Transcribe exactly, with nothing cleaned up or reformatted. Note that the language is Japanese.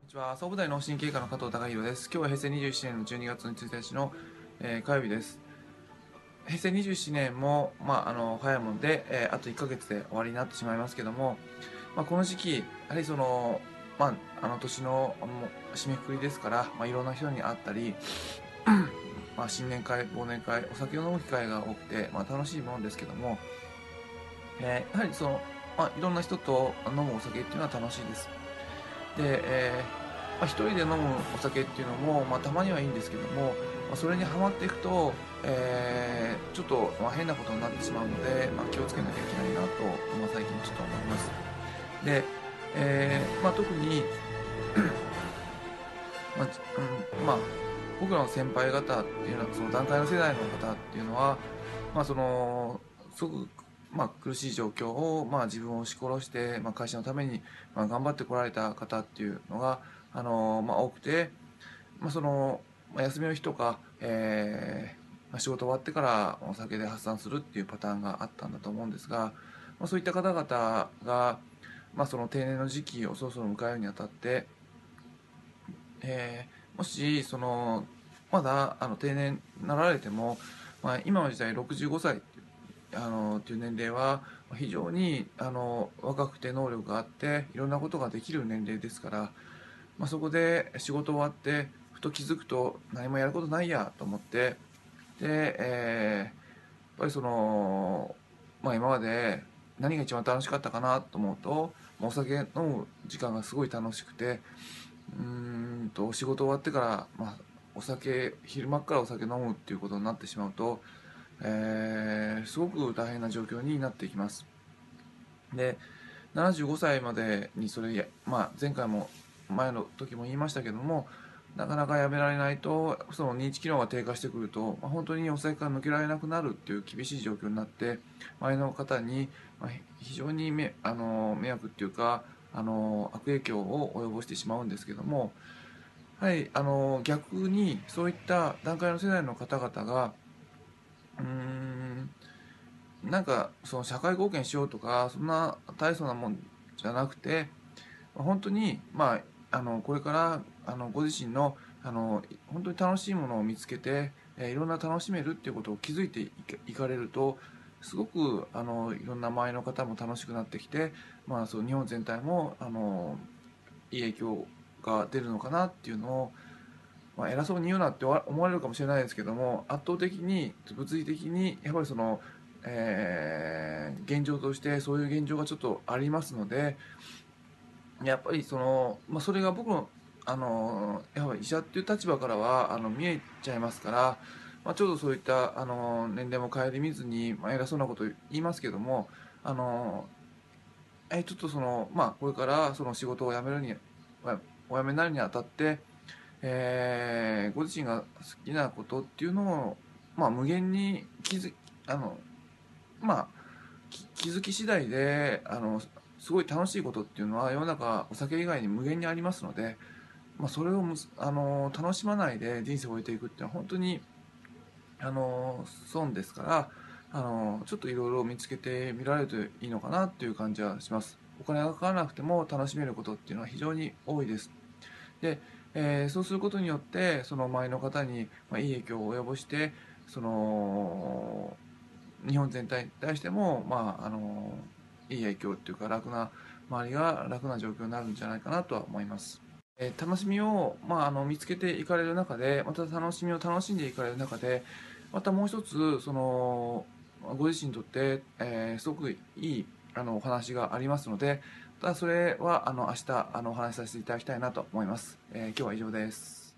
にちは、総武大脳神経科の加藤孝弘です。今日は平成にじゅうななねんのじゅうにがつのついたちの、えー火曜日です。平成にじゅうななねんも、まあ、あの早いもので、えーあといっかげつで終わりになってしまいますけども、まあ、この時期、やはりその、まあ、あの年のもう締めくくりですから、まあ、いろんな人に会ったり、まあ、新年会、忘年会、お酒を飲む機会が多くて、まあ、楽しいものですけども、えーやはりその、まあ、いろんな人と飲むお酒っていうのは楽しいです。で、えーまあ、一人で飲むお酒っていうのも、まあ、たまにはいいんですけども、まあ、それにはまっていくと、えーちょっと、まあ、変なことになってしまうので、まあ、気をつけなきゃいけないなと、まあ、最近ちょっと思います。で、えーまあ、特に、まあ、うん、まあ、僕らの先輩方っていうのは、その団塊の世代の方っていうのは、まあ、その、すごく、まあ、苦しい状況を、まあ、自分を押し殺して、まあ、会社のために、まあ、頑張ってこられた方っていうのが、あの、まあ、多くて、まあ、その、まあ、休みの日とか、えーまあ、仕事終わってからお酒で発散するっていうパターンがあったんだと思うんですが、まあ、そういった方々が、まあ、その定年の時期をそろそろ迎えるにあたって、えーもしそのまだあの定年なられても、まあ、今の時代ろくじゅうごさいっていうあのっていう年齢は非常にあの若くて能力があっていろんなことができる年齢ですから、まあ、そこで仕事終わってふと気づくと何もやることないやと思ってで、えーやっぱりその、まあ、今まで何が一番楽しかったかなと思うとお酒飲む時間がすごい楽しくて、うーんと仕事終わってから、まあ、お酒昼間からお酒飲むっていうことになってしまうと、えーすごく大変な状況になっていきます。でななじゅうごさいまでにそれや、まあ、前回も前の時も言いましたけども、なかなかやめられないとその認知機能が低下してくると、まあ、本当にお酒から抜けられなくなるっていう厳しい状況になって周りの方に、まあ、非常にめあの迷惑っていうかあの悪影響を及ぼしてしまうんですけども、はい、あの逆にそういった段階の世代の方々がうーんなんかその社会貢献しようとかそんな大層なもんじゃなくて、本当にまああのこれからあのご自身のあの本当に楽しいものを見つけて、えーいろんな楽しめるっていうことを気づいていかいかれるとすごくあのいろんな周りの方も楽しくなってきて、まあ、そう日本全体もあのいい影響が出るのかなっていうのを、まあ、偉そうに言うなって思われるかもしれないですけども、圧倒的に物理的にやっぱりその、えー現状としてそういう現状がちょっとありますので、やっぱりその、まあ、それが僕のあのやはり医者っていう立場からはあの見えちゃいますから、まあ、ちょうどそういったあの年齢も顧みずに、まあ、偉そうなこと言いますけども、あのえちょっとその、まあ、これからその仕事を辞めるにお辞めになるにあたって、えーご自身が好きなことっていうのを、まあ、無限に気づあの、まあ、き気づき次第であのすごい楽しいことっていうのは世の中お酒以外に無限にありますので、まあ、それをむあの楽しまないで人生を終えていくっていうのは本当にあの損ですから、あのちょっといろいろ見つけてみられるといいのかなっていう感じはします。お金がかからなくても楽しめることっていうのは非常に多いです。で、えーそうすることによってその周りの方に、まあ、いい影響を及ぼしてその日本全体に対しても、まあ、あのいい影響っていうか楽な周りが楽な状況になるんじゃないかなとは思います。えー楽しみを、まあ、あの見つけていかれる中でまた楽しみを楽しんでいかれる中でまたもう一つそのご自身にとって、えーすごくいいあのお話がありますので、ただそれはあの明日あのお話しさせていただきたいなと思います。えー今日は以上です。